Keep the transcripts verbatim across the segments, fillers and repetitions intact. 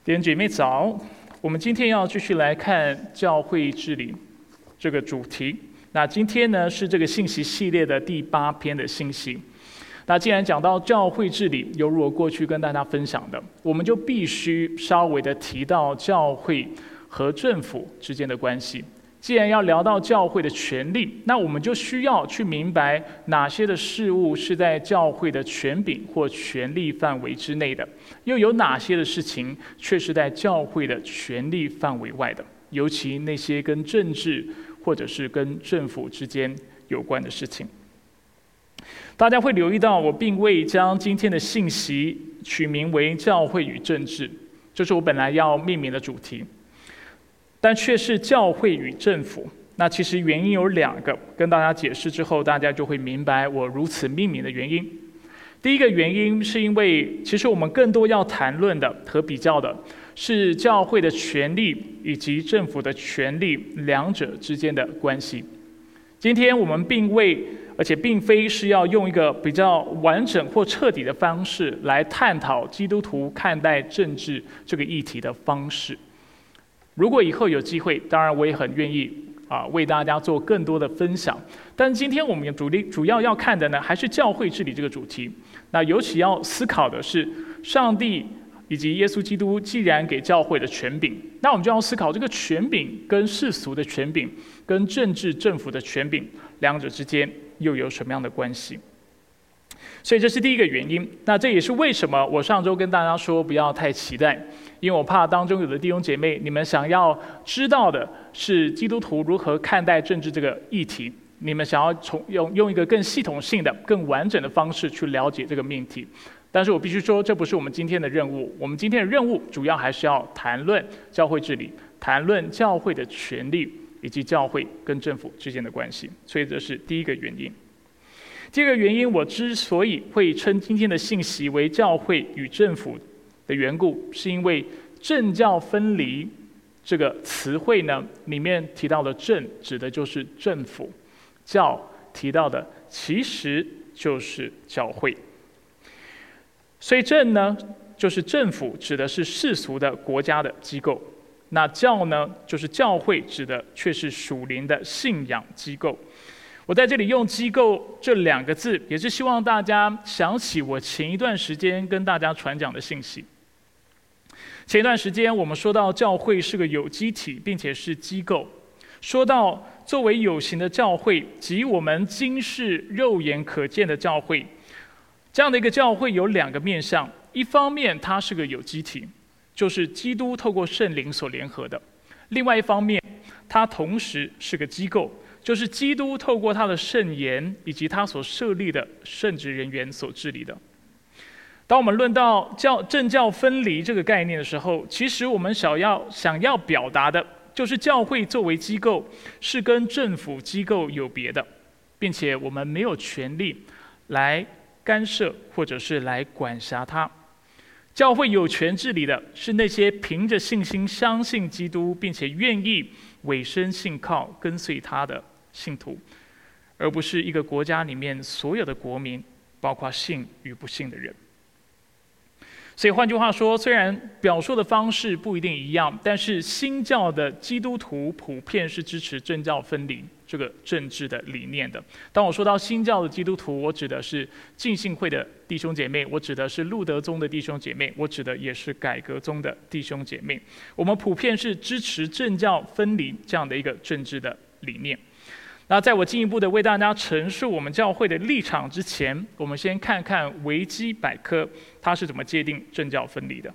弟兄姐妹早，我们今天要继续来看教会治理这个主题。那今天呢是这个信息系列的第八篇的信息。那既然讲到教会治理，犹如我过去跟大家分享的，我们就必须稍微的提到教会和政府之间的关系。既然要聊到教会的权力，那我们就需要去明白哪些的事物是在教会的权柄或权力范围之内的，又有哪些的事情却是在教会的权力范围外的，尤其那些跟政治或者是跟政府之间有关的事情。大家会留意到，我并未将今天的信息取名为教会与政治，这是我本来要命名的主题，但却是教会与政府。那其实原因有两个，跟大家解释之后，大家就会明白我如此命名的原因。第一个原因是因为，其实我们更多要谈论的和比较的是教会的权力以及政府的权力两者之间的关系。今天我们并未，而且并非是要用一个比较完整或彻底的方式来探讨基督徒看待政治这个议题的方式。如果以后有机会，当然我也很愿意啊为大家做更多的分享。但今天我们主力主要要看的呢，还是教会治理这个主题。那尤其要思考的是，上帝以及耶稣基督既然给教会的权柄，那我们就要思考这个权柄跟世俗的权柄、跟政治政府的权柄两者之间又有什么样的关系？所以这是第一个原因。那这也是为什么我上周跟大家说不要太期待，因为我怕当中有的弟兄姐妹，你们想要知道的是基督徒如何看待政治这个议题，你们想要从用用一个更系统性的、更完整的方式去了解这个命题。但是我必须说，这不是我们今天的任务。我们今天的任务主要还是要谈论教会治理，谈论教会的权利以及教会跟政府之间的关系。所以这是第一个原因。第二个原因，我之所以会称今天的信息为教会与政府的缘故，是因为政教分离这个词汇呢，里面提到的政指的就是政府，教提到的其实就是教会。所以政呢，就是政府，指的是世俗的国家的机构；那教呢，就是教会，指的却是属灵的信仰机构。我在这里用机构这两个字，也是希望大家想起我前一段时间跟大家传讲的信息。前一段时间我们说到教会是个有机体，并且是机构，说到作为有形的教会及我们今世肉眼可见的教会，这样的一个教会有两个面向。一方面它是个有机体，就是基督透过圣灵所联合的；另外一方面它同时是个机构，就是基督透过他的圣言以及他所设立的圣职人员所治理的。当我们论到教政教分离这个概念的时候，其实我们想要想要表达的就是教会作为机构是跟政府机构有别的，并且我们没有权利来干涉或者是来管辖它。教会有权治理的是那些凭着信心相信基督，并且愿意委身信靠跟随他的信徒，而不是一个国家里面所有的国民，包括信与不信的人。所以换句话说，虽然表述的方式不一定一样，但是新教的基督徒普遍是支持政教分离这个政治的理念的。当我说到新教的基督徒，我指的是浸信会的弟兄姐妹，我指的是路德宗的弟兄姐妹，我指的也是改革宗的弟兄姐妹。我们普遍是支持政教分离这样的一个政治的理念。那在我进一步的为大家陈述我们教会的立场之前，我们先看看维基百科它是怎么界定政教分离的。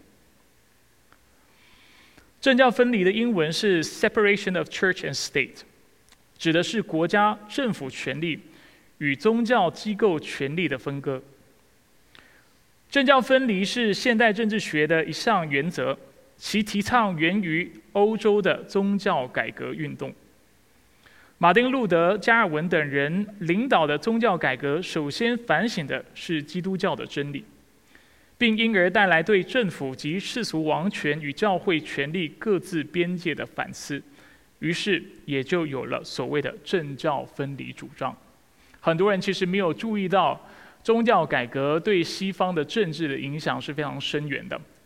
政教分离的英文是 separation of church and state， 指的是国家政府权力与宗教机构权力的分割。政教分离是现代政治学的一项原则，其提倡源于欧洲的宗教改革运动。马丁·路德、加尔文等人领导的宗教改革，首先反省的是基督教的真理，并因而带来对政府及世俗王权与教会权力各自边界的反思，于是也就有了所谓的政教分离主张。很多人其实没有注意到，宗教改革对西方的政治的影响是非常深远的。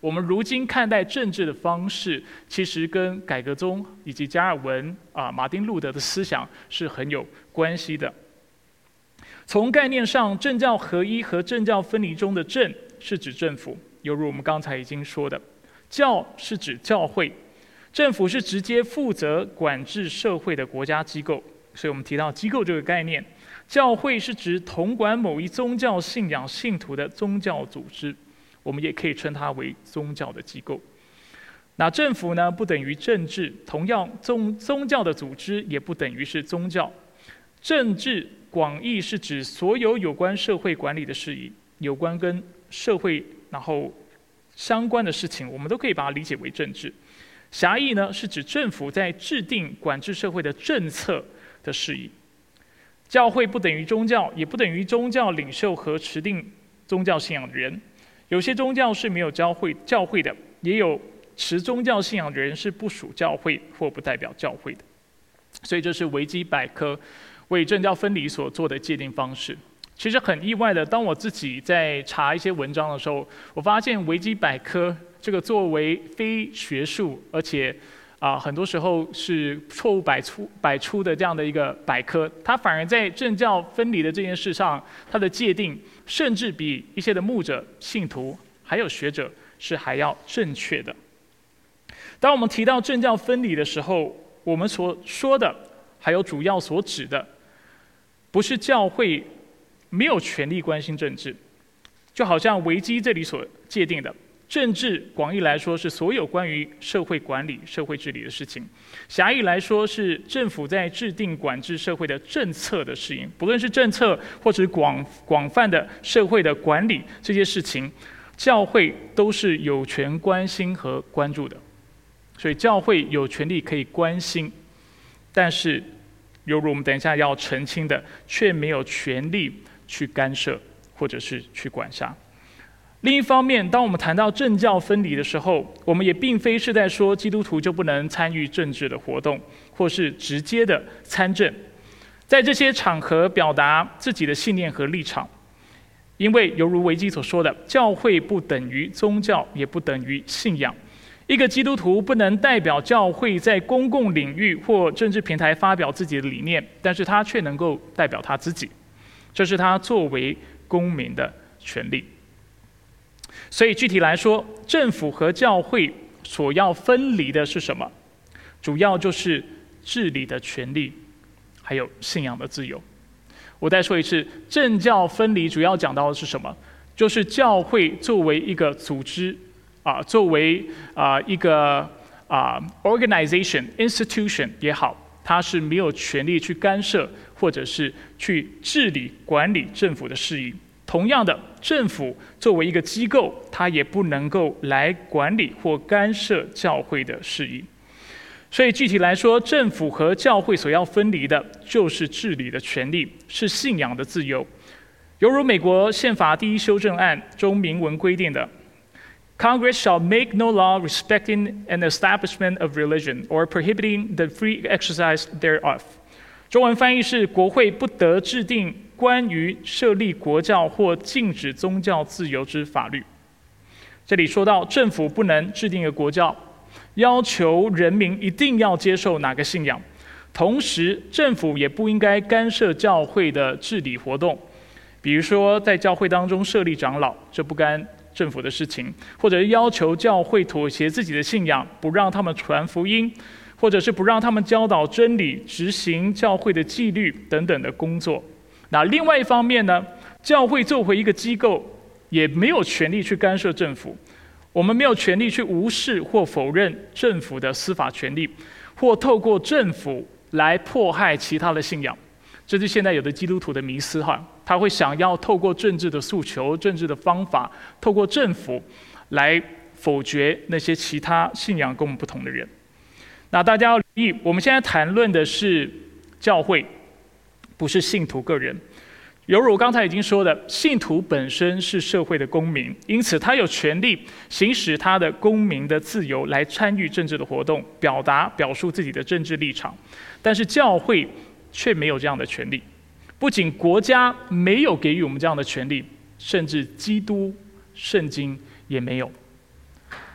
我们如今看待政治的方式，其实跟改革宗以及加尔文啊、马丁路德的思想是很有关系的。从概念上，政教合一和政教分离中的政是指政府，犹如我们刚才已经说的；教是指教会，政府是直接负责管制社会的国家机构。所以我们提到机构这个概念。教会是指统管某一宗教信仰信徒的宗教组织，我们也可以称它为宗教的机构。那政府呢，不等于政治，同样宗宗教的组织也不等于是宗教。政治广义是指所有有关社会管理的事宜，有关跟社会然后相关的事情，我们都可以把它理解为政治。狭义呢，是指政府在制定管制社会的政策的事宜。教会不等于宗教，也不等于宗教领袖和持定宗教信仰的人。有些宗教是没有教会教会的，也有持宗教信仰的人是不属教会或不代表教会的。所以这是维基百科为政教分离所做的界定方式。其实很意外的，当我自己在查一些文章的时候，我发现维基百科这个作为非学术，而且啊，很多时候是错误百出百出的这样的一个百科，它反而在政教分离的这件事上，它的界定甚至比一些的牧者、信徒还有学者是还要正确的。当我们提到政教分离的时候，我们所说的还有主要所指的，不是教会没有权利关心政治，就好像维基这里所界定的。政治广义来说是所有关于社会管理、社会治理的事情；狭义来说是政府在制定管制社会的政策的事宜。不论是政策或者广广泛的社会的管理这些事情，教会都是有权关心和关注的。所以教会有权利可以关心，但是犹如我们等一下要澄清的，却没有权利去干涉或者是去管辖。另一方面，当我们谈到政教分离的时候，我们也并非是在说基督徒就不能参与政治的活动，或是直接的参政，在这些场合表达自己的信念和立场。因为犹如维基所说的，教会不等于宗教，也不等于信仰。一个基督徒不能代表教会在公共领域或政治平台发表自己的理念，但是他却能够代表他自己，这是他作为公民的权利。所以具体来说，政府和教会所要分离的是什么？主要就是治理的权利，还有信仰的自由。我再说一次，政教分离主要讲到的是什么？就是教会作为一个组织啊，作为啊一个啊 organization institution 也好，它是没有权利去干涉或者是去治理管理政府的事宜。同样的，政府作为一个机构，它也不能够来管理或干涉教会的事宜。所以具体来说，政府和教会所要分离的，就是治理的权利，是信仰的自由。犹如美国宪法第一修正案中明文规定的 ，Congress shall make no law respecting an establishment of religion or prohibiting the free exercise thereof。中文翻译是：国会不得制定关于设立国教或禁止宗教自由之法律。这里说到，政府不能制定一个国教，要求人民一定要接受哪个信仰，同时政府也不应该干涉教会的治理活动，比如说在教会当中设立长老，这不干政府的事情，或者要求教会妥协自己的信仰，不让他们传福音，或者是不让他们教导真理、执行教会的纪律等等的工作。那另外一方面呢，教会作为一个机构，也没有权利去干涉政府。我们没有权利去无视或否认政府的司法权利，或透过政府来迫害其他的信仰。这是现在有的基督徒的迷思哈，他会想要透过政治的诉求、政治的方法，透过政府来否决那些其他信仰跟我们不同的人。那大家要留意，我们现在谈论的是教会，不是信徒个人。犹如我刚才已经说的，信徒本身是社会的公民，因此他有权利行使他的公民的自由来参与政治的活动，表达表述自己的政治立场。但是教会却没有这样的权利，不仅国家没有给予我们这样的权利，甚至基督圣经也没有。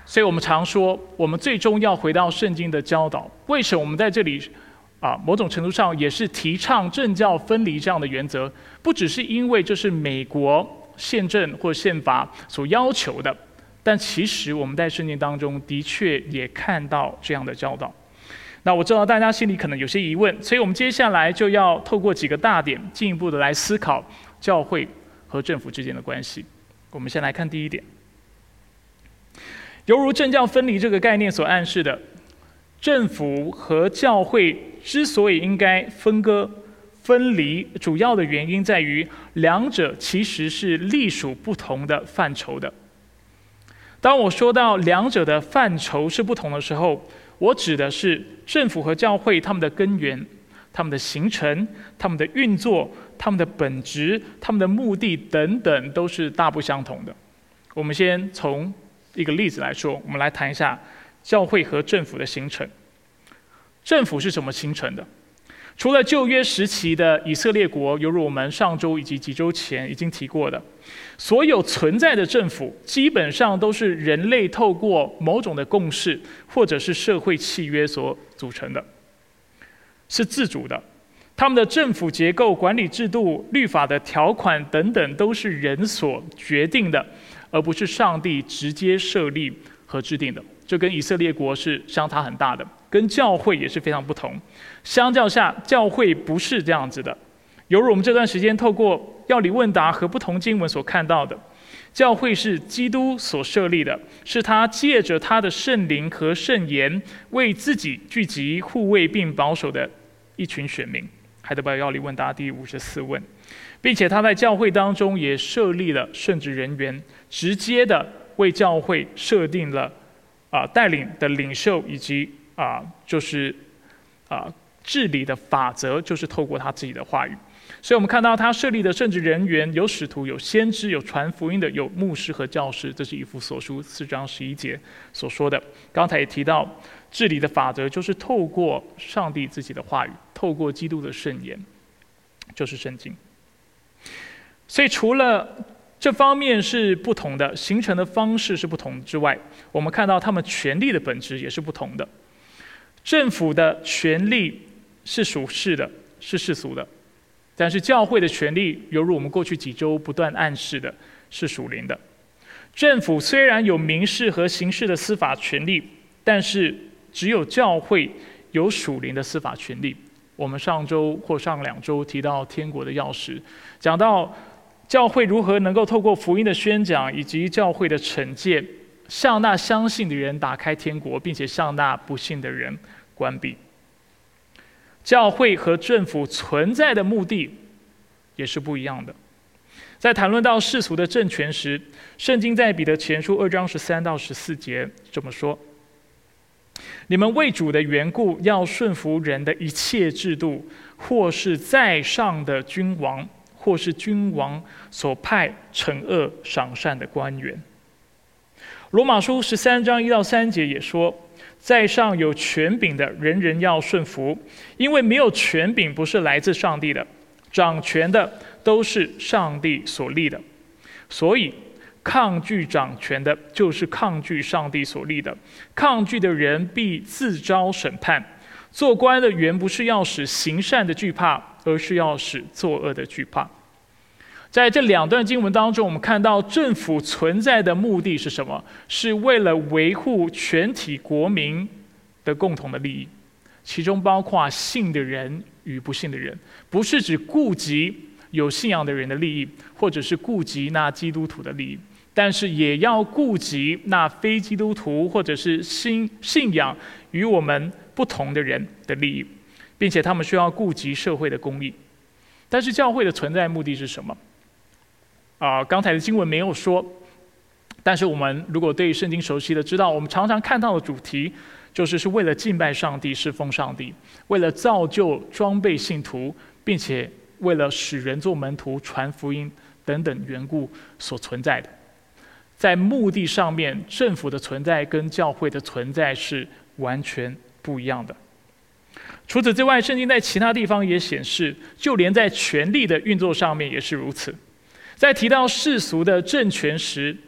所以我们常说，我们最终要回到圣经的教导。为什么我们在这里啊，某种程度上也是提倡政教分离这样的原则？不只是因为这是美国宪政或宪法所要求的，但其实我们在圣经当中的确也看到这样的教导。那我知道大家心里可能有些疑问，所以我们接下来就要透过几个大点，进一步的来思考教会和政府之间的关系。我们先来看第一点，犹如政教分离这个概念所暗示的，政府和教会之所以应该分割分离，主要的原因在于两者其实是隶属不同的范畴的。当我说到两者的范畴是不同的时候，我指的是政府和教会他们的根源、他们的形成、他们的运作、他们的本质、他们的目的等等都是大不相同的。我们先从一个例子来说，我们来谈一下教会和政府的形成。政府是怎么形成的？除了旧约时期的以色列国，犹如我们上周以及几周前已经提过的，所有存在的政府基本上都是人类透过某种的共识或者是社会契约所组成的，是自主的。他们的政府结构、管理制度、律法的条款等等，都是人所决定的，而不是上帝直接设立和制定的。这跟以色列国是相差很大的，跟教会也是非常不同。相较下，教会不是这样子的。犹如我们这段时间透过要理问答和不同经文所看到的，教会是基督所设立的，是他借着他的圣灵和圣言为自己聚集、护卫并保守的一群选民。海德堡要理问答第五十四问，并且他在教会当中也设立了圣职人员，直接的为教会设定了啊、呃、带领的领袖以及啊、呃、就是啊、呃、治理的法则，就是透过他自己的话语。所以我们看到他设立的圣职人员有使徒、有先知、有传福音的、有牧师和教师，这是以弗所书四章十一节所说的。刚才也提到治理的法则就是透过上帝自己的话语，透过基督的圣言，就是圣经。所以除了这方面是不同的，形成的方式是不同之外，我们看到他们权力的本质也是不同的。政府的权力是属世的，是世俗的，但是教会的权力，犹如我们过去几周不断暗示的，是属灵的。政府虽然有民事和刑事的司法权力，但是只有教会有属灵的司法权力。我们上周或上两周提到天国的钥匙，讲到教会如何能够透过福音的宣讲以及教会的惩戒，向那相信的人打开天国，并且向那不信的人关闭。教会和政府存在的目的也是不一样的。在谈论到世俗的政权时，圣经在彼得前书二章十三到十四节这么说：你们为主的缘故，要顺服人的一切制度，或是在上的君王，或是君王所派惩恶赏善的官员。罗马书十三章一到三节也说，在上有权柄的，人人要顺服，因为没有权柄不是来自上帝的，掌权的都是上帝所立的。所以抗拒掌权的，就是抗拒上帝所立的，抗拒的人必自招审判。做官的原不是要使行善的惧怕，而是要使作恶的惧怕。在这两段经文当中，我们看到政府存在的目的是什么？是为了维护全体国民的共同的利益，其中包括信的人与不信的人，不是指顾及有信仰的人的利益，或者是顾及那基督徒的利益，但是也要顾及那非基督徒或者是信信仰与我们不同的人的利益，并且他们需要顾及社会的公义。但是教会的存在目的是什么？啊、呃，刚才的经文没有说，但是我们如果对圣经熟悉的知道，我们常常看到的主题就是是为了敬拜上帝、侍奉上帝，为了造就装备信徒，并且为了使人做门徒、传福音等等缘故所存在的。在目的上面，政府的存在跟教会的存在是完全不一样的。除此之外，圣经在其他地方也显示，就连在权力的运作上面也是如此。在提到世俗的政权时，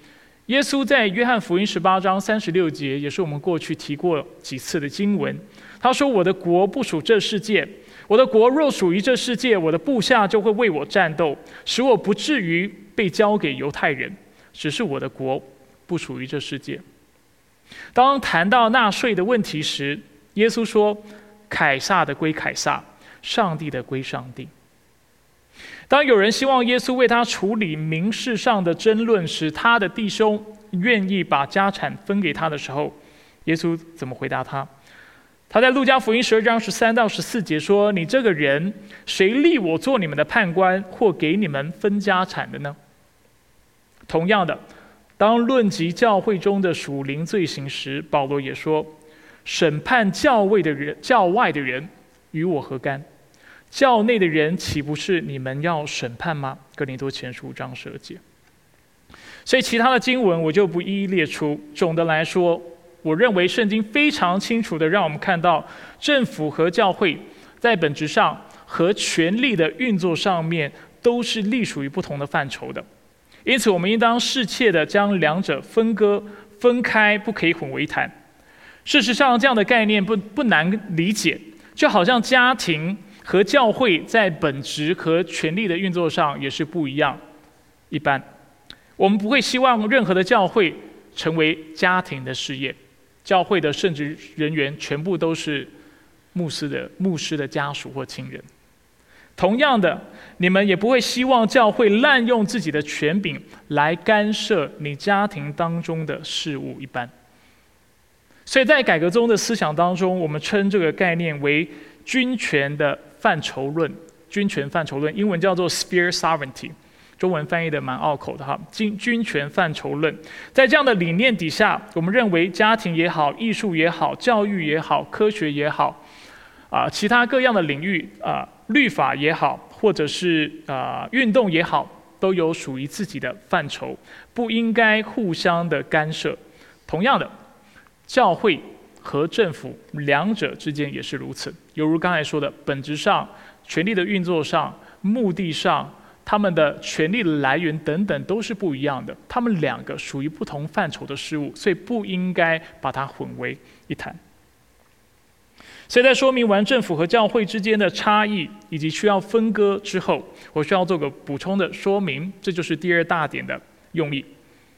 耶稣在约翰福音十八章三十六节，也是我们过去提过几次的经文。他说：“我的国不属这世界，我的国若属于这世界，我的部下就会为我战斗，使我不至于被交给犹太人。只是我的国不属于这世界。”当谈到纳税的问题时，耶稣说：“凯撒的归凯撒，上帝的归上帝。”当有人希望耶稣为他处理民事上的争论，使他的弟兄愿意把家产分给他的时候，耶稣怎么回答他？他在路加福音十二章十三到十四节说：“你这个人，谁立我做你们的判官，或给你们分家产的呢？”同样的，当论及教会中的属灵罪行时，保罗也说：“审判教会的人，教外的人，与我何干？教内的人岂不是你们要审判吗？”哥林多前书五章十二节。所以其他的经文我就不一一列出。总的来说，我认为圣经非常清楚的让我们看到，政府和教会在本质上和权力的运作上面都是隶属于不同的范畴的。因此我们应当适切的将两者分割分开，不可以混为一谈。事实上这样的概念不不难理解，就好像家庭和教会在本质和权力的运作上也是不一样。一般我们不会希望任何的教会成为家庭的事业，教会的圣职人员全部都是牧师的牧师的家属或亲人。同样的，你们也不会希望教会滥用自己的权柄来干涉你家庭当中的事务一般。所以在改革宗的思想当中，我们称这个概念为君权的范畴论。君权范畴论英文叫做 sphere sovereignty， 中文翻译的蛮拗口的哈。君君权范畴论，在这样的理念底下，我们认为家庭也好，艺术也好，教育也好，科学也好，啊、呃，其他各样的领域啊、呃，律法也好，或者是啊、呃、运动也好，都有属于自己的范畴，不应该互相的干涉。同样的，教会和政府两者之间也是如此，犹如刚才说的，本质上、权力的运作上、目的上，他们的权力的来源等等都是不一样的。他们两个属于不同范畴的事物，所以不应该把它混为一谈。所以在说明完政府和教会之间的差异以及需要分割之后，我需要做个补充的说明，这就是第二大点的用意。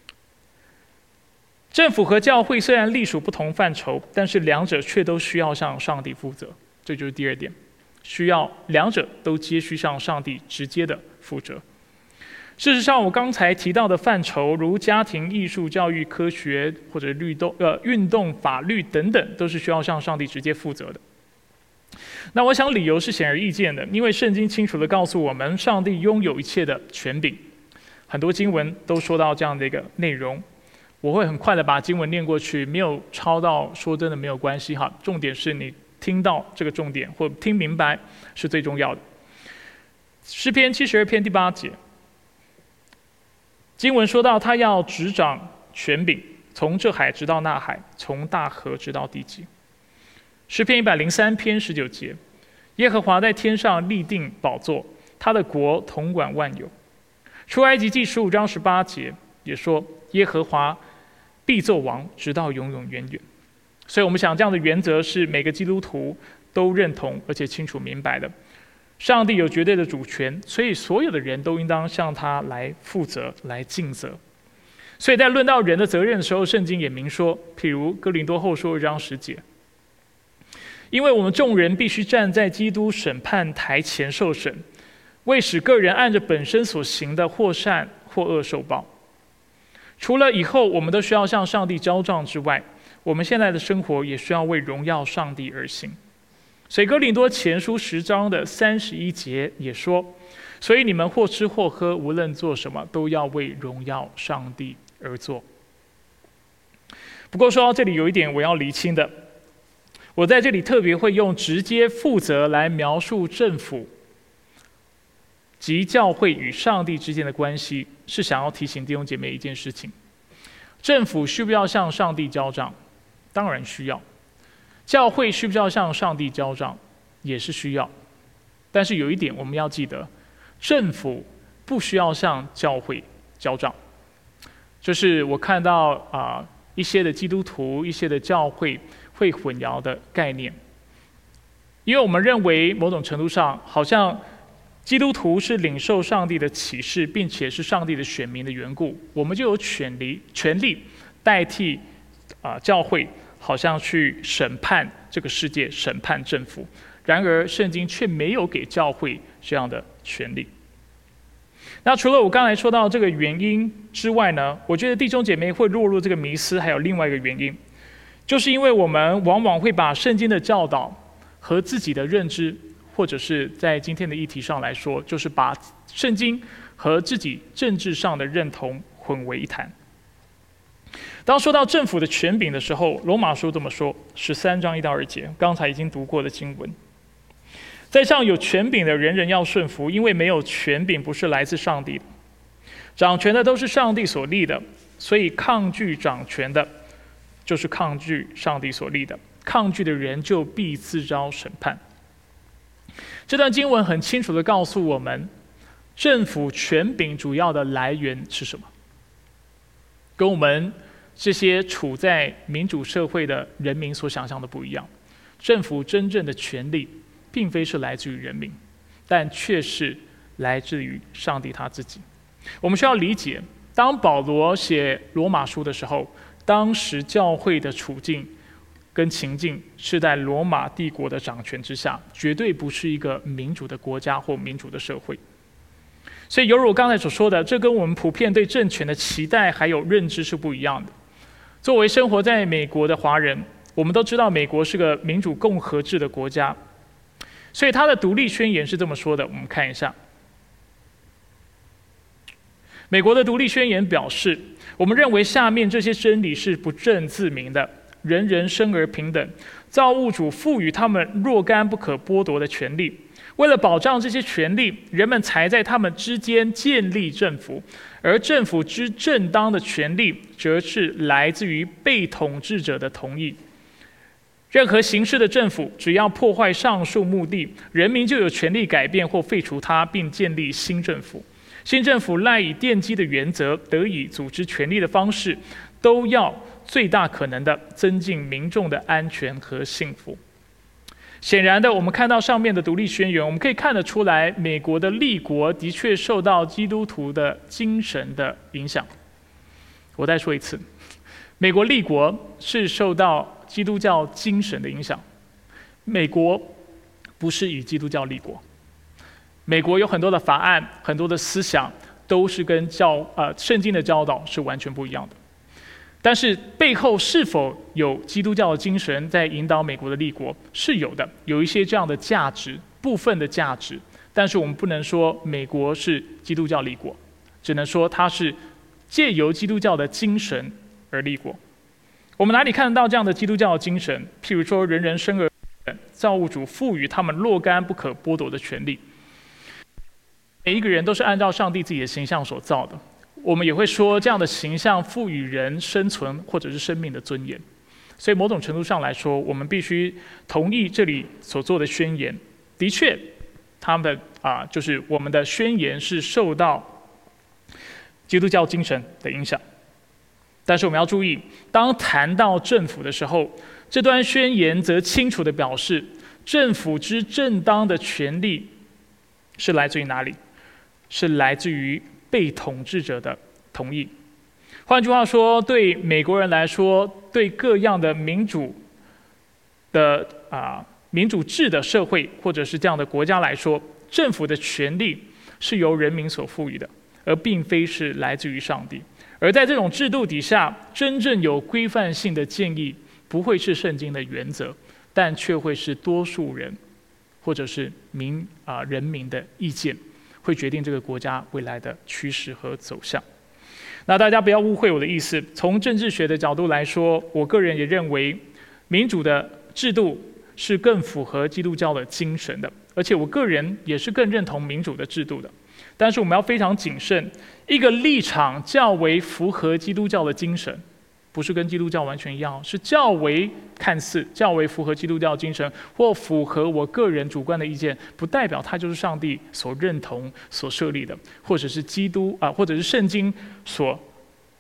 政府和教会虽然隶属不同范畴，但是两者却都需要向上帝负责，这就是第二点，需要两者都皆需向上帝直接的负责。事实上，我刚才提到的范畴，如家庭、艺术、教育、科学或者律动、呃运动、法律等等，都是需要向上帝直接负责的。那我想理由是显而易见的，因为圣经清楚地告诉我们，上帝拥有一切的权柄，很多经文都说到这样的一个内容。我会很快的把经文念过去，没有抄到，说真的没有关系哈。重点是你听到这个重点或听明白是最重要的。诗篇七十二篇第八节，经文说到他要执掌权柄，从这海直到那海，从大河直到地极。诗篇一百零三篇十九节，耶和华在天上立定宝座，他的国统管万有。出埃及记十五章十八节也说，耶和华必作王，直到永永远远。所以我们想，这样的原则是每个基督徒都认同而且清楚明白的。上帝有绝对的主权，所以所有的人都应当向他来负责、来尽责。所以在论到人的责任的时候，圣经也明说，譬如哥林多后书二章十节，因为我们众人必须站在基督审判台前受审，为使个人按着本身所行的或善或恶受报。除了以后我们都需要向上帝交账之外，我们现在的生活也需要为荣耀上帝而行。所以哥林多前书十章的三十一节也说，所以你们或吃或喝，无论做什么，都要为荣耀上帝而做。不过说到这里，有一点我要厘清的，我在这里特别会用直接负责来描述政府及教会与上帝之间的关系，是想要提醒弟兄姐妹一件事情：政府需不需要向上帝交账？当然需要。教会需不需要向上帝交账？也是需要。但是有一点我们要记得，政府不需要向教会交账。 就是我看到啊、呃、一些的基督徒、一些的教会会混淆的概念，因为我们认为某种程度上，好像基督徒是领受上帝的启示，并且是上帝的选民的缘故，我们就有权利、权利代替啊、呃、教会，好像去审判这个世界、审判政府。然而，圣经却没有给教会这样的权利。那除了我刚才说到这个原因之外呢，我觉得弟兄姐妹会落入这个迷思，还有另外一个原因，就是因为我们往往会把圣经的教导和自己的认知，或者是在今天的议题上来说，就是把圣经和自己政治上的认同混为一谈。当说到政府的权柄的时候，罗马书这么说，十三章一到二节，刚才已经读过的经文。在上有权柄的人人要顺服，因为没有权柄不是来自上帝的。掌权的都是上帝所立的，所以抗拒掌权的，就是抗拒上帝所立的。抗拒的人就必自招审判。这段经文很清楚地告诉我们，政府权柄主要的来源是什么？跟我们这些处在民主社会的人民所想象的不一样。政府真正的权力，并非是来自于人民，但却是来自于上帝他自己。我们需要理解，当保罗写罗马书的时候，当时教会的处境跟情境是在罗马帝国的掌权之下，绝对不是一个民主的国家或民主的社会。所以，犹如我刚才所说的，这跟我们普遍对政权的期待还有认知是不一样的。作为生活在美国的华人，我们都知道美国是个民主共和制的国家，所以它的独立宣言是这么说的，我们看一下。美国的独立宣言表示，我们认为下面这些真理是不证自明的：人人生而平等，造物主赋予他们若干不可剥夺的权利。为了保障这些权利，人们才在他们之间建立政府，而政府之正当的权利，则是来自于被统治者的同意。任何形式的政府，只要破坏上述目的，人民就有权利改变或废除它，并建立新政府。新政府赖以奠基的原则，得以组织权力的方式，都要最大可能的增进民众的安全和幸福。显然的，我们看到上面的独立宣言，我们可以看得出来，美国的立国的确受到基督徒的精神的影响。我再说一次，美国立国是受到基督教精神的影响。美国不是以基督教立国，美国有很多的法案、很多的思想，都是跟教呃圣经的教导是完全不一样的。但是背后是否有基督教的精神在引导美国的立国？是有的，有一些这样的价值，部分的价值。但是我们不能说美国是基督教立国，只能说它是借由基督教的精神而立国。我们哪里看得到这样的基督教的精神？譬如说，人人生而平等，造物主赋予他们若干不可剥夺的权利。每一个人都是按照上帝自己的形象所造的。我们也会说，这样的形象赋予人生存或者是生命的尊严。所以某种程度上来说，我们必须同意这里所做的宣言。的确，他们的啊，就是我们的宣言是受到基督教精神的影响。但是我们要注意，当谈到政府的时候，这段宣言则清楚地表示，政府之正当的权利是来自于哪里？是来自于被统治者的同意。换句话说，对美国人来说，对各样的民主的啊民主制的社会或者是这样的国家来说，政府的权利是由人民所赋予的，而并非是来自于上帝。而在这种制度底下，真正有规范性的建议不会是圣经的原则，但却会是多数人或者是民啊人民的意见，会决定这个国家未来的趋势和走向。那大家不要误会我的意思，从政治学的角度来说，我个人也认为民主的制度是更符合基督教的精神的，而且我个人也是更认同民主的制度的。但是我们要非常谨慎，一个立场较为符合基督教的精神，不是跟基督教完全一样，是较为看似较为符合基督教精神，或符合我个人主观的意见，不代表它就是上帝所认同、所设立的，或者是基督啊、呃，或者是圣经所啊、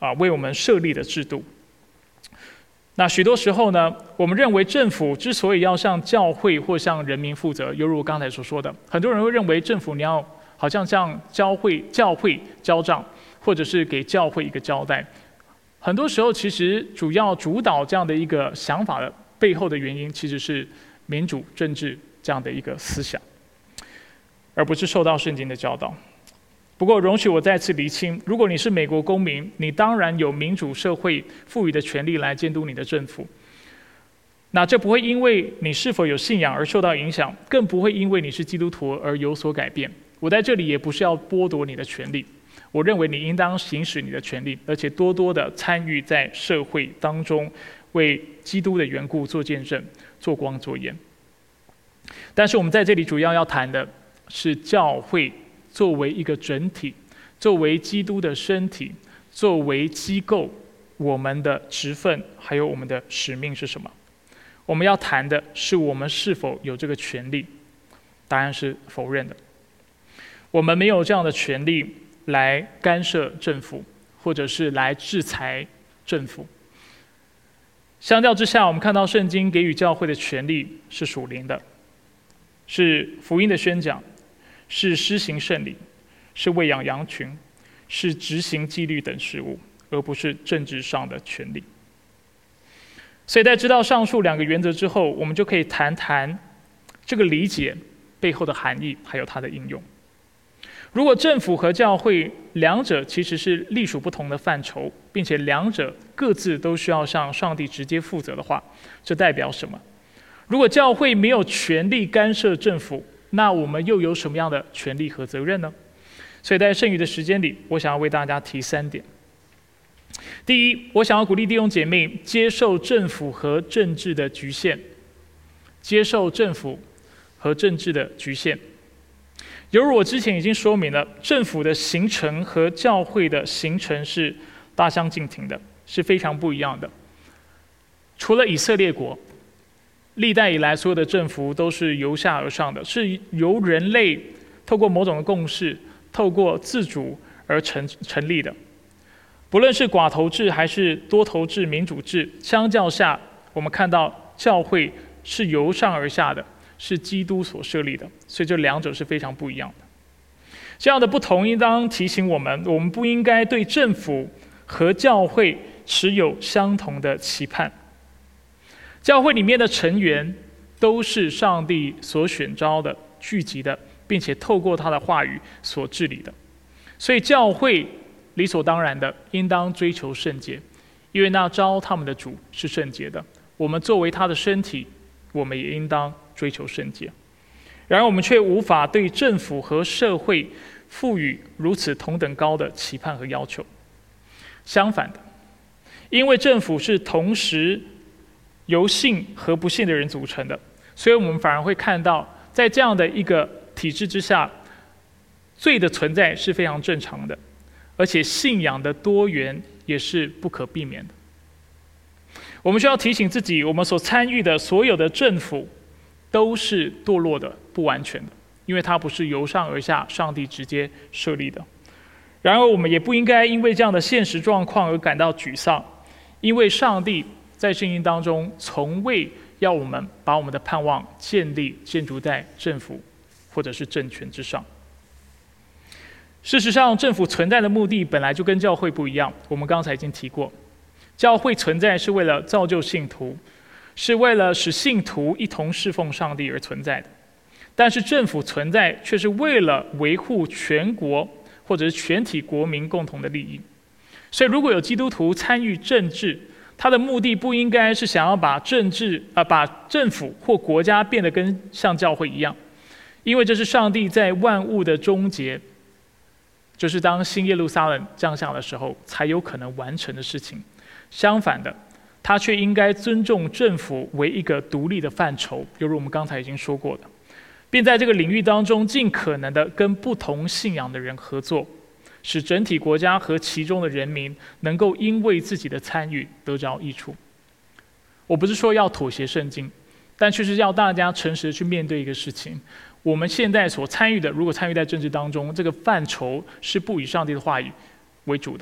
啊为我们设立的制度。那许多时候呢，我们认为政府之所以要向教会或向人民负责，犹如我刚才所说的，很多人会认为政府你要好像向教会教会交账，或者是给教会一个交代。很多时候，其实主要主导这样的一个想法的背后的原因，其实是民主政治这样的一个思想，而不是受到圣经的教导。不过，容许我再次厘清：如果你是美国公民，你当然有民主社会赋予的权利来监督你的政府。那这不会因为你是否有信仰而受到影响，更不会因为你是基督徒而有所改变。我在这里也不是要剥夺你的权利，我认为你应当行使你的权利，而且多多的参与在社会当中，为基督的缘故做见证、做光做盐。但是我们在这里主要要谈的是教会作为一个整体，作为基督的身体，作为机构，我们的职分还有我们的使命是什么？我们要谈的是我们是否有这个权利？答案是否认的。我们没有这样的权利来干涉政府，或者是来制裁政府。相较之下，我们看到圣经给予教会的权利是属灵的，是福音的宣讲，是施行圣礼，是喂养羊群，是执行纪律等事务，而不是政治上的权利。所以在知道上述两个原则之后，我们就可以谈谈这个理解背后的含义，还有它的应用。如果政府和教会两者其实是隶属不同的范畴，并且两者各自都需要向上帝直接负责的话，这代表什么？如果教会没有权力干涉政府，那我们又有什么样的权利和责任呢？所以在剩余的时间里，我想要为大家提三点。第一，我想要鼓励弟兄姐妹接受政府和政治的局限，接受政府和政治的局限。犹如我之前已经说明了，政府的形成和教会的形成是大相径庭的，是非常不一样的。除了以色列国，历代以来所有的政府都是由下而上的，是由人类透过某种的共识，透过自主而成成立的。不论是寡头制还是多头制、民主制，相较下，我们看到教会是由上而下的，是基督所设立的，所以这两者是非常不一样的。这样的不同应当提醒我们，我们不应该对政府和教会持有相同的期盼。教会里面的成员都是上帝所选召的、聚集的，并且透过他的话语所治理的。所以教会理所当然的应当追求圣洁，因为那召他们的主是圣洁的。我们作为他的身体，我们也应当追求圣洁。然而我们却无法对政府和社会赋予如此同等高的期盼和要求。相反的，因为政府是同时由信和不信的人组成的，所以我们反而会看到，在这样的一个体制之下，罪的存在是非常正常的，而且信仰的多元也是不可避免的。我们需要提醒自己，我们所参与的所有的政府都是堕落的、不完全的，因为它不是由上而下，上帝直接设立的。然而，我们也不应该因为这样的现实状况而感到沮丧，因为上帝在圣经当中从未要我们把我们的盼望建立、建筑在政府或者是政权之上。事实上，政府存在的目的本来就跟教会不一样。我们刚才已经提过，教会存在是为了造就信徒，是为了使信徒一同侍奉上帝而存在的。但是政府存在却是为了维护全国或者是全体国民共同的利益。所以如果有基督徒参与政治，他的目的不应该是想要把政治啊、呃、把政府或国家变得跟像教会一样，因为这是上帝在万物的终结，就是当新耶路撒冷降下的时候才有可能完成的事情。相反的，他却应该尊重政府为一个独立的范畴，犹如我们刚才已经说过的，并在这个领域当中尽可能的跟不同信仰的人合作，使整体国家和其中的人民能够因为自己的参与得着益处。我不是说要妥协圣经，但却是要大家诚实的去面对一个事情：我们现在所参与的，如果参与在政治当中，这个范畴是不以上帝的话语为主的，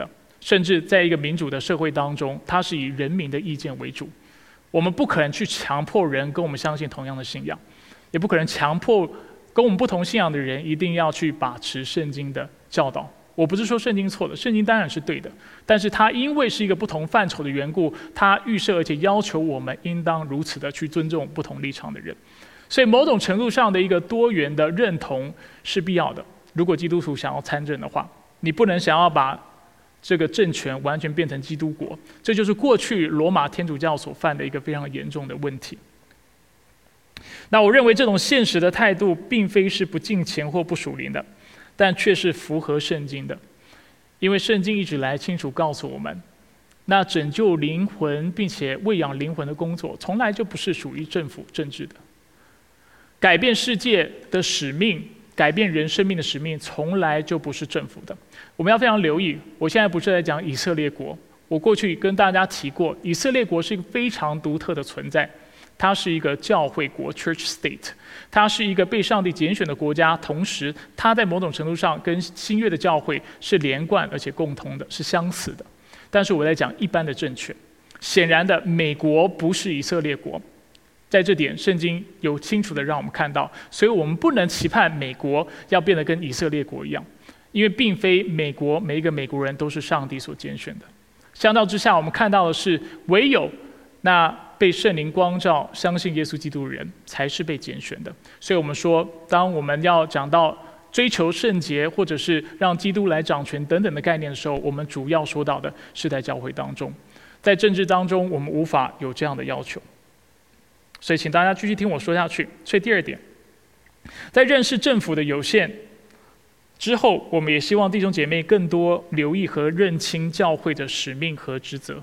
甚至在一个民主的社会当中，它是以人民的意见为主。我们不可能去强迫人跟我们相信同样的信仰，也不可能强迫跟我们不同信仰的人一定要去把持圣经的教导。我不是说圣经错了，圣经当然是对的，但是它因为是一个不同范畴的缘故，它预设而且要求我们应当如此的去尊重不同立场的人。所以某种程度上的一个多元的认同是必要的。如果基督徒想要参政的话，你不能想要把这个政权完全变成基督国，这就是过去罗马天主教所犯的一个非常严重的问题。那我认为这种现实的态度并非是不敬虔或不属灵的，但却是符合圣经的，因为圣经一直来清楚告诉我们，那拯救灵魂并且喂养灵魂的工作从来就不是属于政府政治的。改变世界的使命，改变人生命的使命从来就不是政府的。我们要非常留意，我现在不是在讲以色列国，我过去跟大家提过，以色列国是一个非常独特的存在，它是一个教会国 （church state）， 它是一个被上帝拣选的国家，同时它在某种程度上跟新约的教会是连贯而且共同的，是相似的。但是我在讲一般的政权，显然的，美国不是以色列国。在这点，圣经有清楚的让我们看到，所以我们不能期盼美国要变得跟以色列国一样，因为并非美国每一个美国人都是上帝所拣选的。相较之下，我们看到的是，唯有那被圣灵光照、相信耶稣基督的人，才是被拣选的。所以我们说，当我们要讲到追求圣洁，或者是让基督来掌权等等的概念的时候，我们主要说到的是在教会当中，在政治当中，我们无法有这样的要求。所以请大家继续听我说下去。所以第二点，在认识政府的有限之后，我们也希望弟兄姐妹更多留意和认清教会的使命和职责。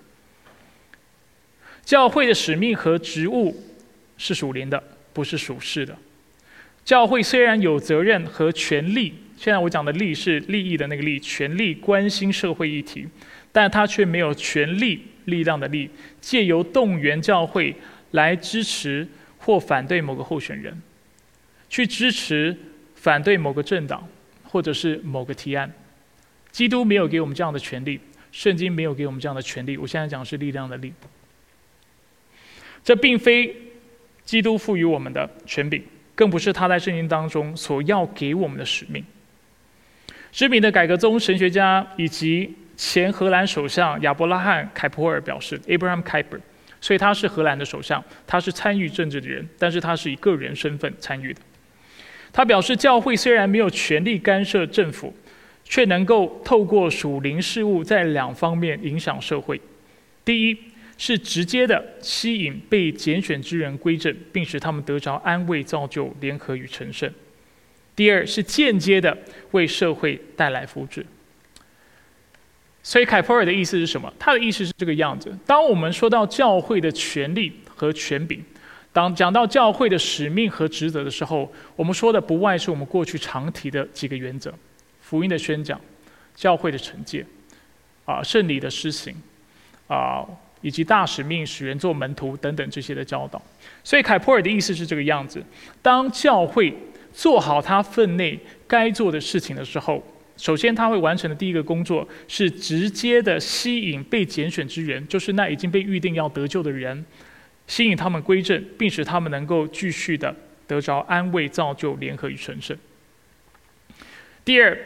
教会的使命和职务是属灵的，不是属世的。教会虽然有责任和权利，现在我讲的利是利益的那个利，权利关心社会议题，但它却没有权力、力量的力，借由动员教会来支持或反对某个候选人，去支持反对某个政党，或者是某个提案。基督没有给我们这样的权利，圣经没有给我们这样的权利。我现在讲的是力量的力，这并非基督赋予我们的权柄，更不是他在圣经当中所要给我们的使命。知名的改革宗神学家以及前荷兰首相亚伯拉罕·凯普尔表示 （Abraham Kuyper）。所以他是荷兰的首相，他是参与政治的人，但是他是以个人身份参与的。他表示，教会虽然没有权力干涉政府，却能够透过属灵事务在两方面影响社会。第一，是直接的吸引被拣选之人归正，并使他们得着安慰、造就、联合与成圣；第二，是间接的为社会带来福祉。所以凯普尔的意思是什么？他的意思是这个样子：当我们说到教会的权利和权柄，当讲到教会的使命和职责的时候，我们说的不外是我们过去常提的几个原则：福音的宣讲、教会的惩戒、啊圣礼的施行、啊以及大使命使人做门徒等等这些的教导。所以凯普尔的意思是这个样子：当教会做好他分内该做的事情的时候，首先他会完成的第一个工作是直接的吸引被拣选之人，就是那已经被预定要得救的人，吸引他们归正，并使他们能够继续的得着安慰、造就、联合与成圣。第二，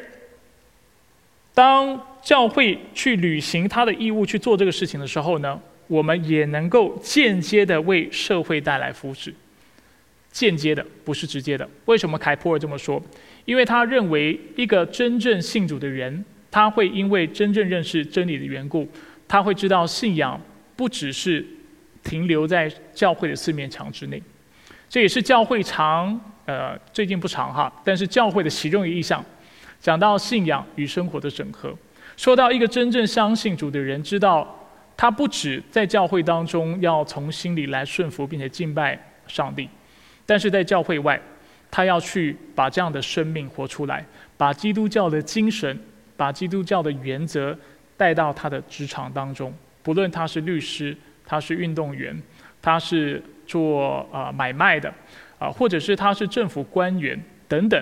当教会去履行他的义务去做这个事情的时候呢，我们也能够间接的为社会带来福祉。间接的，不是直接的。为什么凯普尔这么说？因为他认为一个真正信主的人，他会因为真正认识真理的缘故，他会知道信仰不只是停留在教会的四面墙之内。这也是教会常呃最近不常哈，但是教会的其中一个意向，讲到信仰与生活的整合。说到一个真正相信主的人，知道他不止在教会当中要从心里来顺服并且敬拜上帝，但是在教会外，他要去把这样的生命活出来，把基督教的精神、把基督教的原则带到他的职场当中。不论他是律师，他是运动员，他是做、呃、买卖的、呃，或者是他是政府官员等等，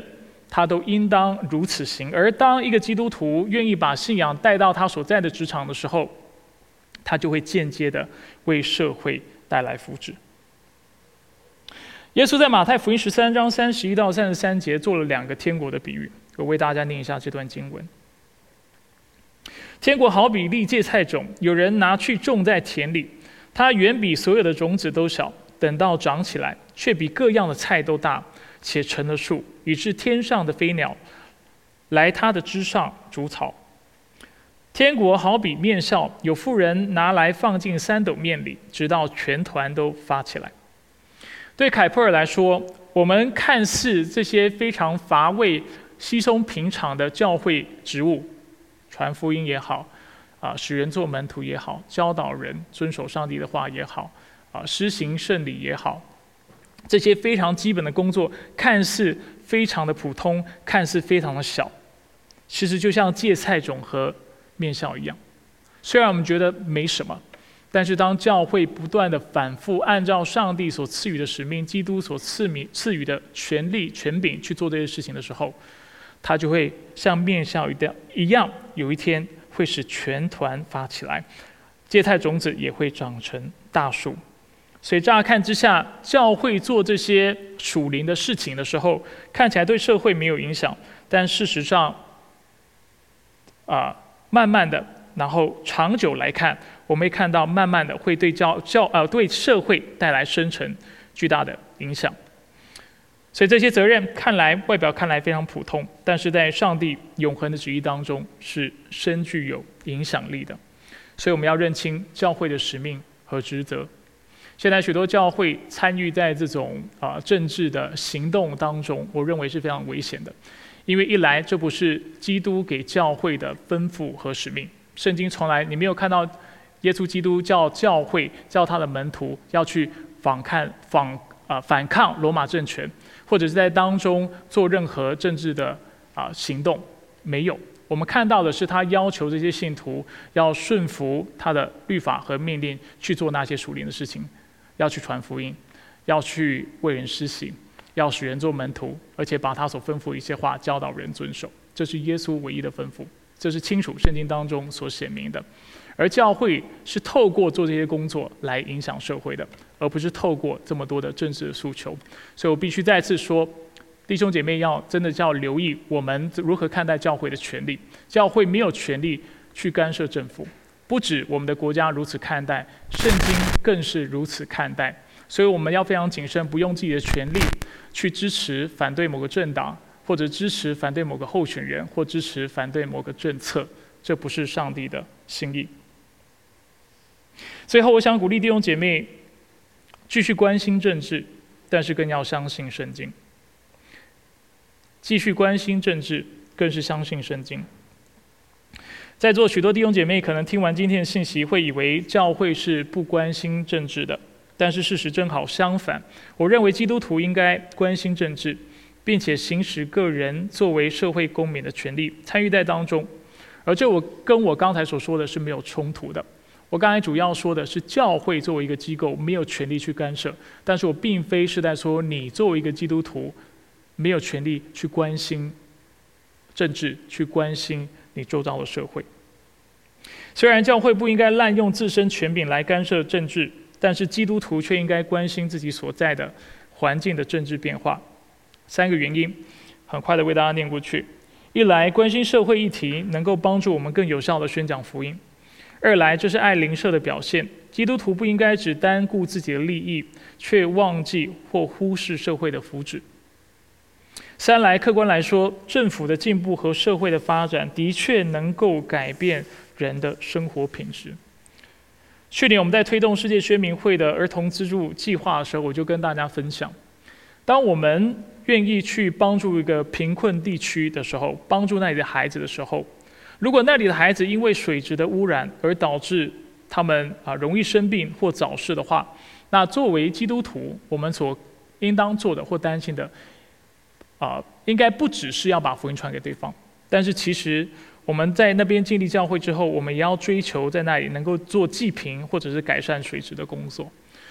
他都应当如此行。而当一个基督徒愿意把信仰带到他所在的职场的时候，他就会间接的为社会带来福祉。耶稣在马太福音十三章三十一到三十三节做了两个天国的比喻，我为大家念一下这段经文。天国好比粒芥菜种，有人拿去种在田里，它远比所有的种子都小，等到长起来，却比各样的菜都大，且成了树，以致天上的飞鸟来它的枝上筑巢。天国好比面酵，有妇人拿来放进三斗面里，直到全团都发起来。对凯普尔来说，我们看似这些非常乏味、稀松平常的教会职务，传福音也好，啊，使人做门徒也好，教导人遵守上帝的话也好，啊，施行圣礼也好，这些非常基本的工作，看似非常的普通，看似非常的小，其实就像芥菜种和面酵一样。虽然我们觉得没什么，但是当教会不断的反复按照上帝所赐予的使命、基督所赐予赐予的权力、权柄去做这些事情的时候，它就会像面酵一样，有一天会使全团发起来，芥菜种子也会长成大树。所以乍看之下，教会做这些属灵的事情的时候，看起来对社会没有影响，但事实上，啊、呃，慢慢的，然后长久来看，我们会看到，慢慢的会对教教呃对社会带来深层巨大的影响。所以这些责任看来外表看来非常普通，但是在上帝永恒的旨意当中是深具有影响力的。所以我们要认清教会的使命和职责。现在许多教会参与在这种啊、呃、政治的行动当中，我认为是非常危险的，因为一来这不是基督给教会的吩咐和使命，圣经从来你没有看到耶稣基督叫教会叫他的门徒要去反抗反啊、呃、反抗罗马政权，或者是在当中做任何政治的啊、呃、行动，没有。我们看到的是他要求这些信徒要顺服他的律法和命令，去做那些属灵的事情，要去传福音，要去为人施洗，要使人做门徒，而且把他所吩咐的一些话教导人遵守。这是耶稣唯一的吩咐，这是清楚圣经当中所写明的。而教会是透过做这些工作来影响社会的，而不是透过这么多的政治的诉求。所以我必须再次说，弟兄姐妹要真的要留意我们如何看待教会的权利。教会没有权利去干涉政府，不止我们的国家如此看待，圣经更是如此看待。所以我们要非常谨慎，不用自己的权利去支持反对某个政党，或者支持反对某个候选人，或支持反对某个政策，这不是上帝的心意。最后，我想鼓励弟兄姐妹继续关心政治，但是更要相信圣经。继续关心政治，更是相信圣经。在座许多弟兄姐妹可能听完今天的信息，会以为教会是不关心政治的，但是事实正好相反。我认为基督徒应该关心政治，并且行使个人作为社会公民的权利，参与在当中。而这我跟我刚才所说的是没有冲突的。我刚才主要说的是教会作为一个机构没有权利去干涉，但是我并非是在说你作为一个基督徒没有权利去关心政治，去关心你周遭的社会。虽然教会不应该滥用自身权柄来干涉政治，但是基督徒却应该关心自己所在的环境的政治变化。三个原因，很快的为大家念过去。一来，关心社会议题能够帮助我们更有效的宣讲福音；二来，这是爱邻舍的表现。基督徒不应该只单顾自己的利益，却忘记或忽视社会的福祉。三来，客观来说，政府的进步和社会的发展的确能够改变人的生活品质。去年我们在推动世界宣明会的儿童资助计划的时候，我就跟大家分享，当我们愿意去帮助一个贫困地区的时候，帮助那里的孩子的时候，如果那里的孩子因为水质的污染而导致他们啊容易生病或早逝的话，那作为基督徒，我们所应当做的或担心的，啊，应该不只是要把福音传给对方，但是其实我们在那边建立教会之后，我们也要追求在那里能够做济贫或者是改善水质的工作。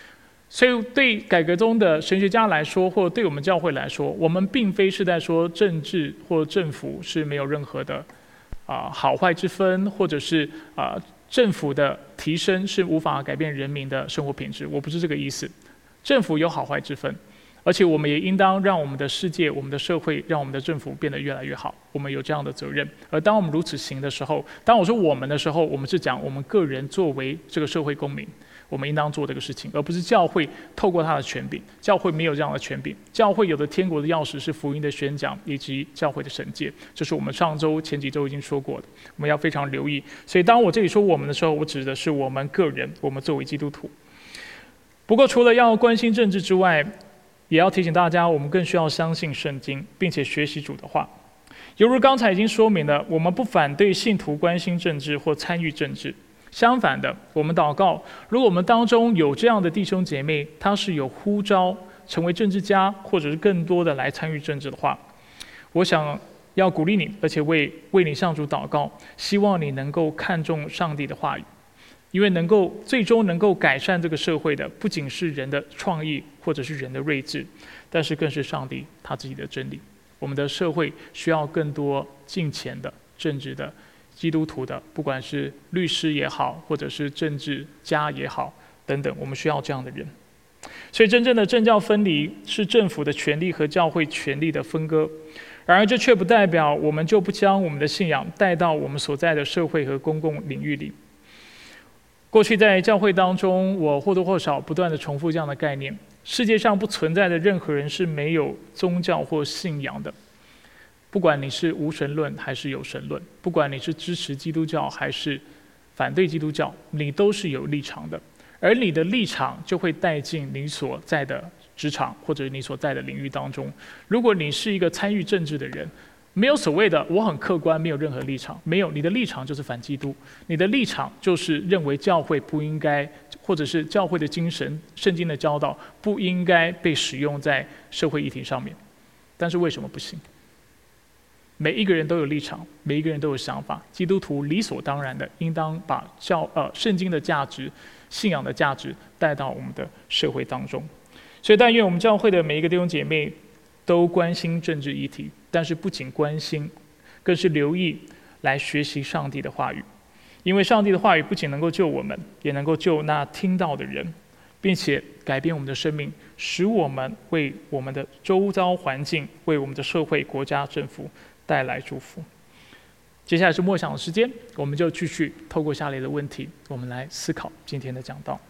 所以，对改革中的神学家来说，或对我们教会来说，我们并非是在说政治或政府是没有任何的啊、呃、好坏之分，或者是啊、呃、政府的提升是无法改变人民的生活品质。我不是这个意思。政府有好坏之分，而且我们也应当让我们的世界、我们的社会、让我们的政府变得越来越好。我们有这样的责任。而当我们如此行的时候，当我说我们的时候，我们是讲我们个人作为这个社会公民。我们应当做这个事情，而不是教会透过他的权柄。教会没有这样的权柄，教会有的天国的钥匙是福音的宣讲以及教会的审戒，这是我们上周、前几周已经说过的，我们要非常留意。所以，当我这里说我们的时候，我指的是我们个人，我们作为基督徒。不过，除了要关心政治之外，也要提醒大家，我们更需要相信圣经，并且学习主的话。犹如刚才已经说明了，我们不反对信徒关心政治或参与政治。相反的，我们祷告，如果我们当中有这样的弟兄姐妹，他是有呼召成为政治家，或者是更多的来参与政治的话，我想要鼓励你，而且为为你向主祷告，希望你能够看重上帝的话语，因为能够最终能够改善这个社会的，不仅是人的创意或者是人的睿智，但是更是上帝他自己的真理。我们的社会需要更多敬虔的、正直的基督徒的，不管是律师也好，或者是政治家也好，等等，我们需要这样的人。所以，真正的政教分离是政府的权力和教会权力的分割。然而，这却不代表我们就不将我们的信仰带到我们所在的社会和公共领域里。过去在教会当中，我或多或少不断地重复这样的概念：世界上不存在的任何人是没有宗教或信仰的。不管你是无神论还是有神论，不管你是支持基督教还是反对基督教，你都是有立场的，而你的立场就会带进你所在的职场或者你所在的领域当中。如果你是一个参与政治的人，没有所谓的我很客观，没有任何立场，没有，你的立场就是反基督，你的立场就是认为教会不应该，或者是教会的精神、圣经的教导不应该被使用在社会议题上面。但是为什么不行？每一个人都有立场，每一个人都有想法。基督徒理所当然的，应当把教呃圣经的价值、信仰的价值带到我们的社会当中。所以，但愿我们教会的每一个弟兄姐妹都关心政治议题，但是不仅关心，更是留意来学习上帝的话语，因为上帝的话语不仅能够救我们，也能够救那听到的人，并且改变我们的生命，使我们为我们的周遭环境、为我们的社会、国家、政府带来祝福。接下来是默想的时间，我们就继续透过下列的问题，我们来思考今天的讲道。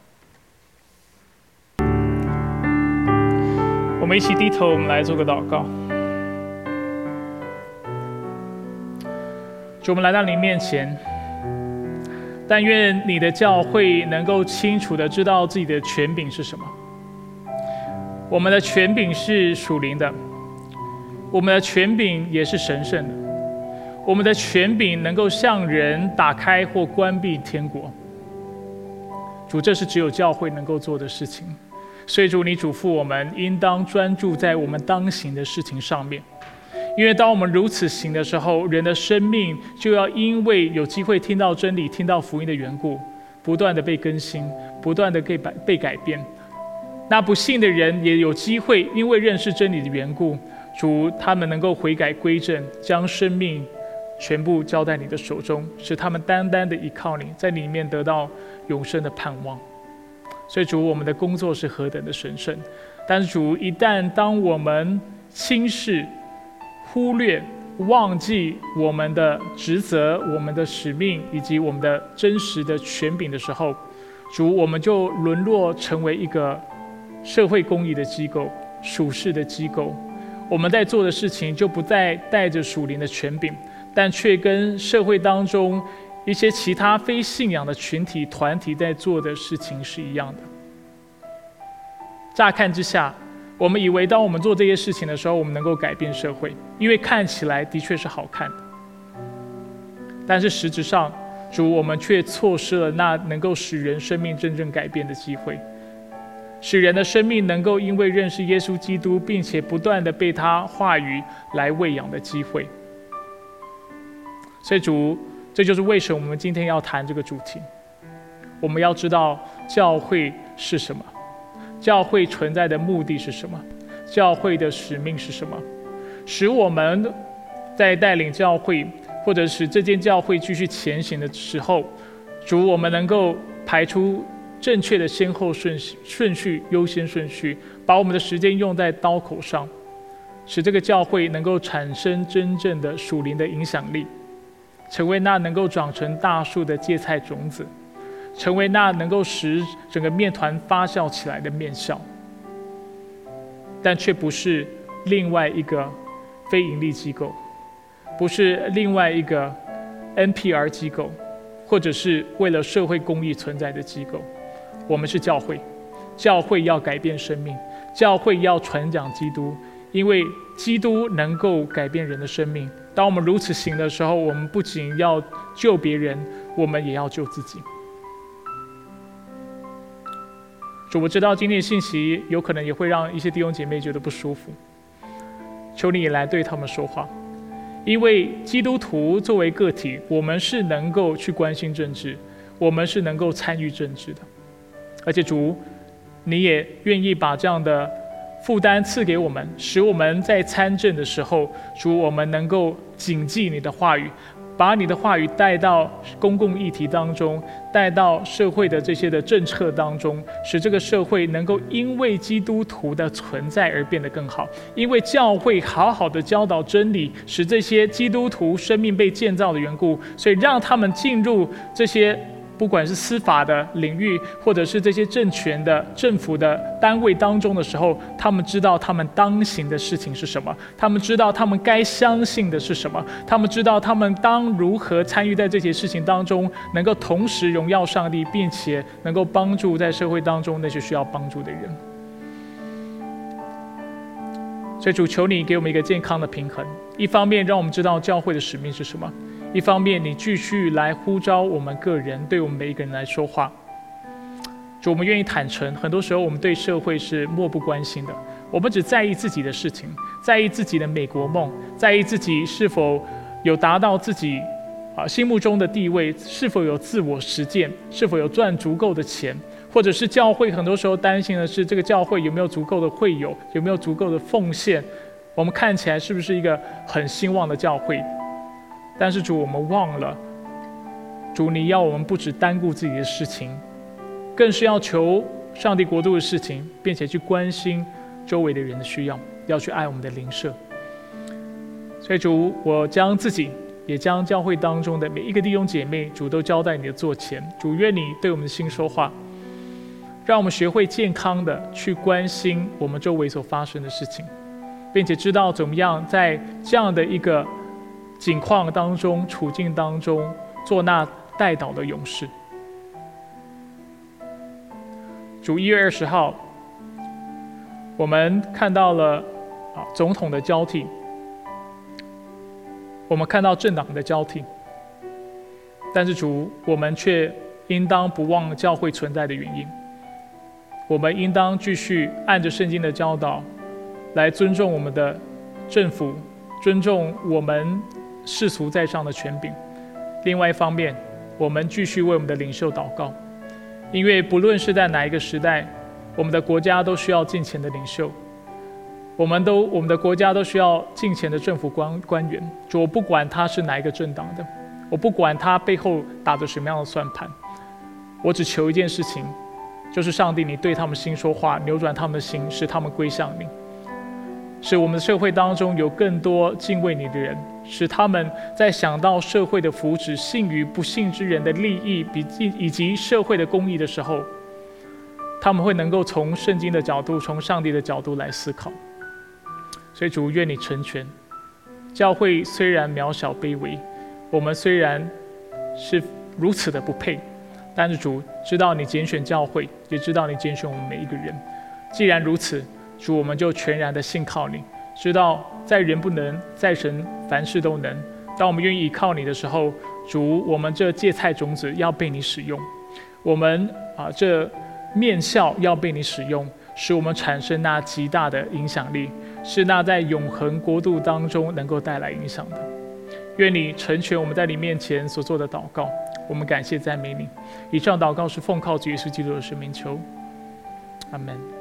我们一起低头，我们来做个祷告。主，我们来到您面前，但愿你的教会能够清楚地知道自己的权柄是什么。我们的权柄是属灵的，我们的权柄也是神圣的。我们的权柄能够向人打开或关闭天国。主，这是只有教会能够做的事情。所以主，你嘱咐我们应当专注在我们当行的事情上面，因为当我们如此行的时候，人的生命就要因为有机会听到真理、听到福音的缘故，不断的被更新，不断的被改被改变。那不信的人也有机会因为认识真理的缘故，主他们能够悔改归正，将生命全部交在你的手中，使他们单单的依靠你，在里面得到永生的盼望。所以主，我们的工作是何等的神圣，但是主，一旦当我们轻视、忽略、忘记我们的职责、我们的使命以及我们的真实的权柄的时候，主，我们就沦落成为一个社会公益的机构、属世的机构。我们在做的事情就不再带着属灵的权柄，但却跟社会当中一些其他非信仰的群体团体在做的事情是一样的。乍看之下，我们以为当我们做这些事情的时候，我们能够改变社会，因为看起来的确是好看的。但是实质上，主，我们却错失了那能够使人生命真正改变的机会，使人的生命能够因为认识耶稣基督，并且不断的被他话语来喂养的机会。所以主，这就是为什么我们今天要谈这个主题。我们要知道教会是什么， 教会存在的目的是什么？教会的使命是什么？使我们在带领教会，或者使这间教会继续前行的时候，主，我们能够排出正确的先后顺序、顺序、优先顺序，把我们的时间用在刀口上，使这个教会能够产生真正的属灵的影响力，成为那能够长成大树的芥菜种子，成为那能够使整个面团发酵起来的面酵，但却不是另外一个非营利机构，不是另外一个 N P R 机构，或者是为了社会公益存在的机构。我们是教会，教会要改变生命，教会要传讲基督，因为基督能够改变人的生命。当我们如此行的时候，我们不仅要救别人，我们也要救自己。主，我知道今天的信息有可能也会让一些弟兄姐妹觉得不舒服，求你也来对他们说话。因为基督徒作为个体，我们是能够去关心政治，我们是能够参与政治的。而且主，你也愿意把这样的负担赐给我们，使我们在参政的时候，主，我们能够谨记你的话语，把你的话语带到公共议题当中，带到社会的这些的政策当中，使这个社会能够因为基督徒的存在而变得更好，因为教会好好的教导真理，使这些基督徒生命被建造的缘故，所以让他们进入这些不管是司法的领域，或者是这些政权的政府的单位当中的时候，他们知道他们当行的事情是什么，他们知道他们该相信的是什么，他们知道他们当如何参与在这些事情当中，能够同时荣耀上帝，并且能够帮助在社会当中那些需要帮助的人。所以主，求你给我们一个健康的平衡，一方面让我们知道教会的使命是什么，一方面你继续来呼召我们个人，对我们每一个人来说话。主，我们愿意坦诚，很多时候我们对社会是漠不关心的，我们只在意自己的事情，在意自己的美国梦，在意自己是否有达到自己啊心目中的地位，是否有自我实践，是否有赚足够的钱，或者是教会很多时候担心的是这个教会有没有足够的会友，有没有足够的奉献，我们看起来是不是一个很兴旺的教会。但是主，我们忘了，主，你要我们不只单顾自己的事情，更是要求上帝国度的事情，并且去关心周围的人的需要，要去爱我们的邻舍。所以主，我将自己也将教会当中的每一个弟兄姐妹，主都交在你的座前。主，愿你对我们的心说话，让我们学会健康的去关心我们周围所发生的事情，并且知道怎么样在这样的一个境况当中、处境当中，做那代祷的勇士。主，一月二十号，我们看到了啊总统的交替，我们看到政党的交替，但是主，我们却应当不忘教会存在的原因。我们应当继续按着圣经的教导，来尊重我们的政府，尊重我们世俗在上的权柄。另外一方面，我们继续为我们的领袖祷告，因为不论是在哪一个时代，我们的国家都需要敬虔的领袖，我们都我们的国家都需要敬虔的政府官官员。主，我不管他是哪一个政党的，我不管他背后打着什么样的算盘，我只求一件事情，就是上帝，你对他们心说话，扭转他们的心，使他们归向你，使我们的社会当中有更多敬畏你的人，使他们在想到社会的福祉、信与不信之人的利益以及社会的公义的时候，他们会能够从圣经的角度、从上帝的角度来思考。所以主，愿你成全教会。虽然渺小卑微，我们虽然是如此的不配，但是主知道你拣选教会，也知道你拣选我们每一个人。既然如此，主，我们就全然的信靠你，知道在人不能，在神凡事都能。当我们愿意依靠你的时候，主，我们这芥菜种子要被你使用，我们啊这面酵要被你使用，使我们产生那极大的影响力，是那在永恒国度当中能够带来影响的。愿你成全我们在你面前所做的祷告，我们感谢赞美你。以上祷告是奉靠主耶稣基督的圣名求，阿们。